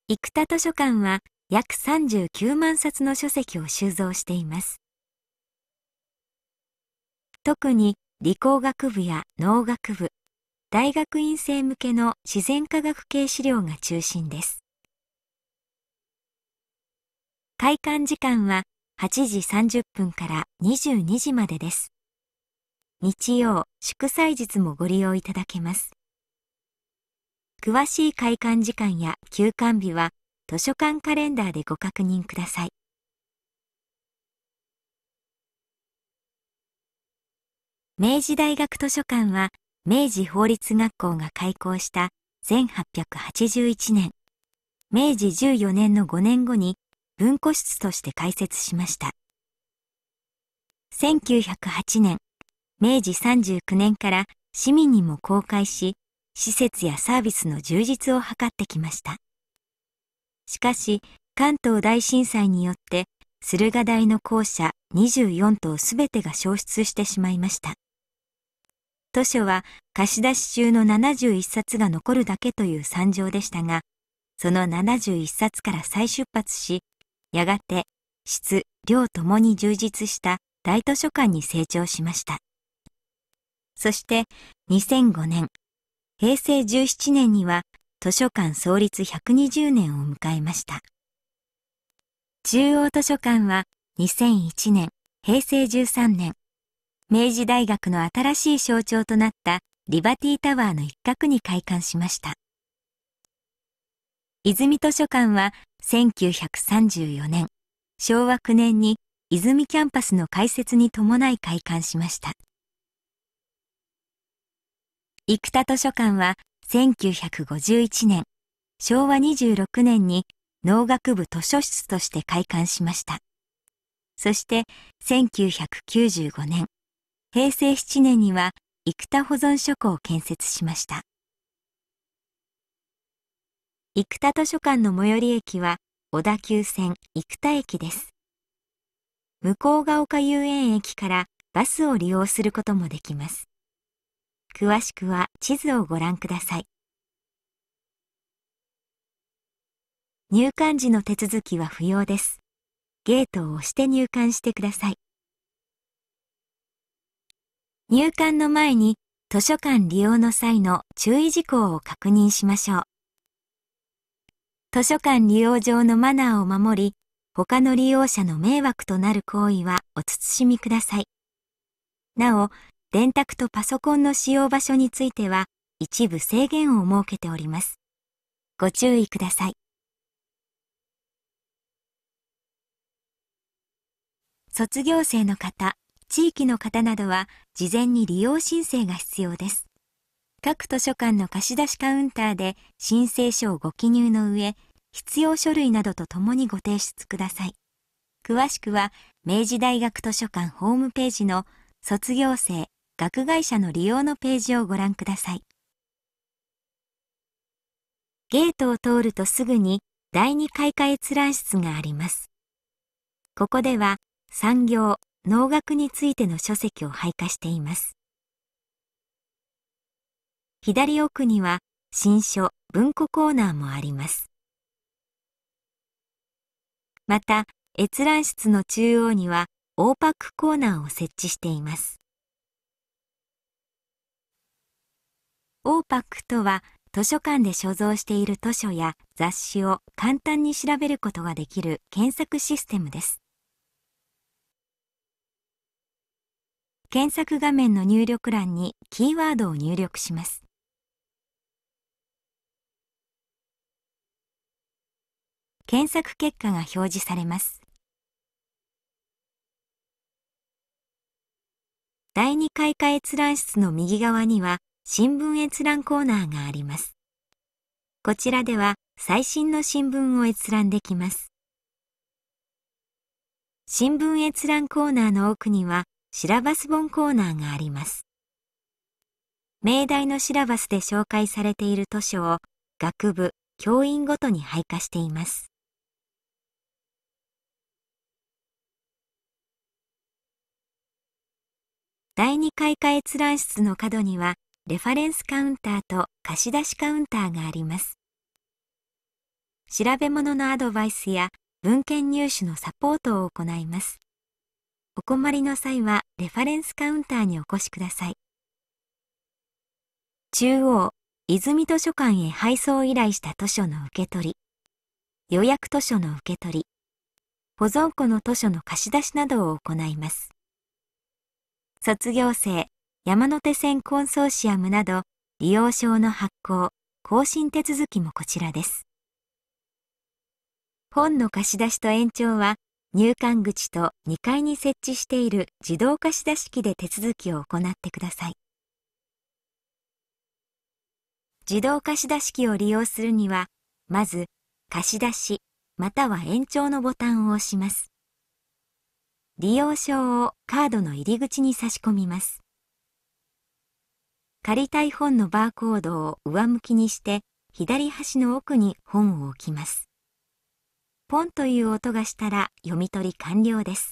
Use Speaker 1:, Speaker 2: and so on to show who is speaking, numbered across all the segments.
Speaker 1: 生田図書館は約39万冊の書籍を収蔵しています。特に理工学部や農学部、大学院生向けの自然科学系資料が中心です。開館時間は8時30分から22時までです。日曜、祝祭日もご利用いただけます。詳しい開館時間や休館日は図書館カレンダーでご確認ください。明治大学図書館は明治法律学校が開校した1881年、明治14年の5年後に文庫室として開設しました。1908年、明治39年から市民にも公開し、施設やサービスの充実を図ってきました。しかし、関東大震災によって駿河台の校舎24棟すべてが焼失してしまいました。図書は貸し出し中の71冊が残るだけという惨状でしたが、その71冊から再出発し、やがて質・量ともに充実した大図書館に成長しました。そして2005年、平成17年には図書館創立120年を迎えました。中央図書館は2001年、平成13年、明治大学の新しい象徴となったリバティタワーの一角に開館しました。泉図書館は1934年、昭和9年に泉キャンパスの開設に伴い開館しました。生田図書館は1951年、昭和26年に農学部図書室として開館しました。そして1995年、平成7年には生田保存書庫を建設しました。生田図書館の最寄り駅は小田急線生田駅です。向ヶ丘遊園駅からバスを利用することもできます。詳しくは地図をご覧ください。入館時の手続きは不要です。ゲートを押して入館してください。入館の前に図書館利用の際の注意事項を確認しましょう。図書館利用上のマナーを守り、他の利用者の迷惑となる行為はお慎みください。なお、電卓とパソコンの使用場所については一部制限を設けております。ご注意ください。卒業生の方、地域の方などは事前に利用申請が必要です。各図書館の貸し出しカウンターで申請書をご記入の上、必要書類などとともにご提出ください。詳しくは明治大学図書館ホームページの卒業生、学外者の利用のページをご覧ください。ゲートを通るとすぐに第2開花閲覧室があります。ここでは産業、農学についての書籍を配下しています。左奥には新書、文庫コーナーもあります。また、閲覧室の中央にはオーパックコーナーを設置しています。オーパックとは、図書館で所蔵している図書や雑誌を簡単に調べることができる検索システムです。検索画面の入力欄にキーワードを入力します。検索結果が表示されます。第2開花閲覧室の右側には新聞閲覧コーナーがあります。こちらでは最新の新聞を閲覧できます。新聞閲覧コーナーの奥にはシラバス本コーナーがあります。明大のシラバスで紹介されている図書を学部、教員ごとに配下しています。第2開花閲覧室の角にはレファレンスカウンターと貸し出しカウンターがあります。 調べ物のアドバイスや文献入手のサポートを行います。お困りの際はレファレンスカウンターにお越しください。中央、泉図書館へ配送を依頼した図書の受け取り、予約図書の受け取り、保存庫の図書の貸し出しなどを行います。卒業生、山手線コンソーシアムなど、利用証の発行、更新手続きもこちらです。本の貸し出しと延長は、入館口と2階に設置している自動貸し出し機で手続きを行ってください。自動貸し出し機を利用するには、まず、貸し出しまたは延長のボタンを押します。利用証をカードの入り口に差し込みます。借りたい本のバーコードを上向きにして、左端の奥に本を置きます。ポンという音がしたら読み取り完了です。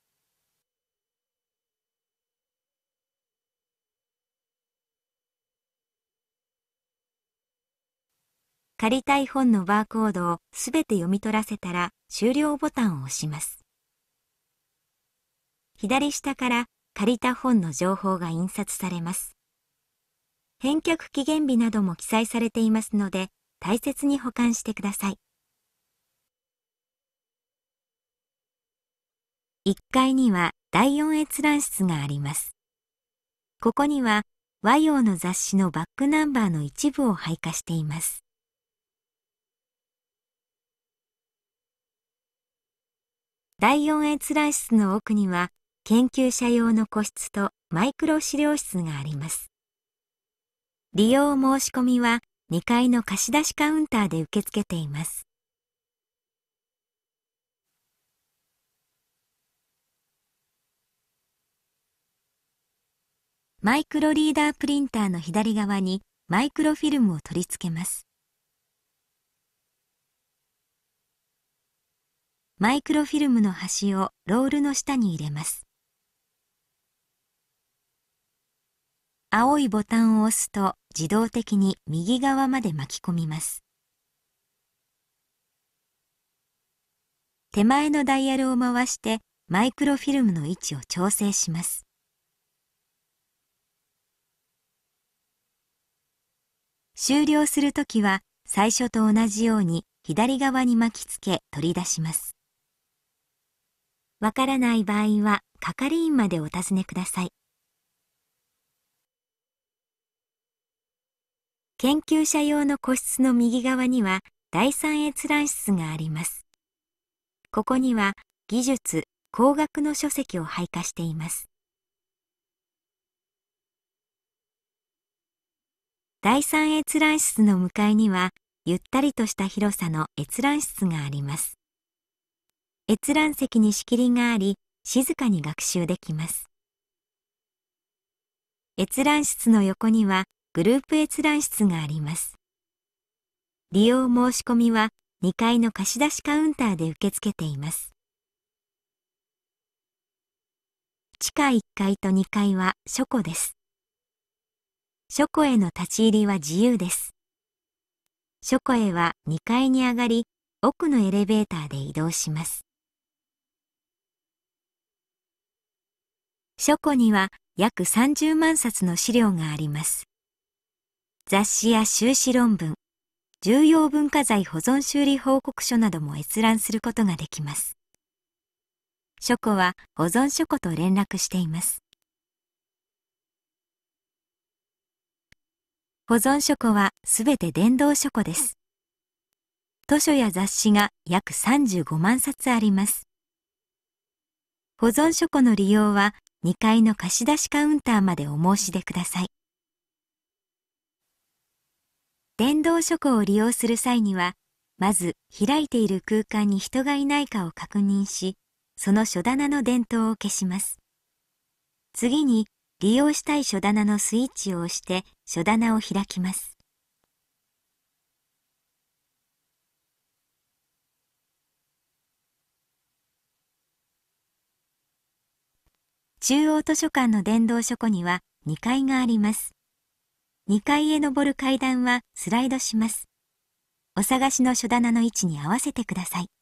Speaker 1: 借りたい本のバーコードをすべて読み取らせたら終了ボタンを押します。左下から借りた本の情報が印刷されます。返却期限日なども記載されていますので、大切に保管してください。1階には第4閲覧室があります。ここには和洋の雑誌のバックナンバーの一部を配下しています。第4閲覧室の奥には研究者用の個室とマイクロ資料室があります。利用申し込みは2階の貸し出しカウンターで受け付けています。マイクロリーダープリンターの左側にマイクロフィルムを取り付けます。マイクロフィルムの端をロールの下に入れます。青いボタンを押すと自動的に右側まで巻き込みます。手前のダイヤルを回してマイクロフィルムの位置を調整します。終了するときは最初と同じように左側に巻きつけ取り出します。わからない場合は係員までお尋ねください。研究者用の個室の右側には第3閲覧室があります。ここには技術、工学の書籍を配下しています。第3閲覧室の向かいにはゆったりとした広さの閲覧室があります。閲覧席に仕切りがあり、静かに学習できます。閲覧室の横にはグループ閲覧室があります。利用申し込みは2階の貸し出しカウンターで受け付けています。地下1階と2階は書庫です。書庫への立ち入りは自由です。書庫へは2階に上がり、奥のエレベーターで移動します。書庫には約30万冊の資料があります。雑誌や修士論文、重要文化財保存修理報告書なども閲覧することができます。書庫は保存書庫と連絡しています。保存書庫はすべて電動書庫です。図書や雑誌が約35万冊あります。保存書庫の利用は2階の貸し出しカウンターまでお申し出ください。電動書庫を利用する際には、まず開いている空間に人がいないかを確認し、その書棚の電灯を消します。次に利用したい書棚のスイッチを押して書棚を開きます。中央図書館の電動書庫には2階があります。2階へ登る階段はスライドします。 お探しの書棚の位置に合わせてください。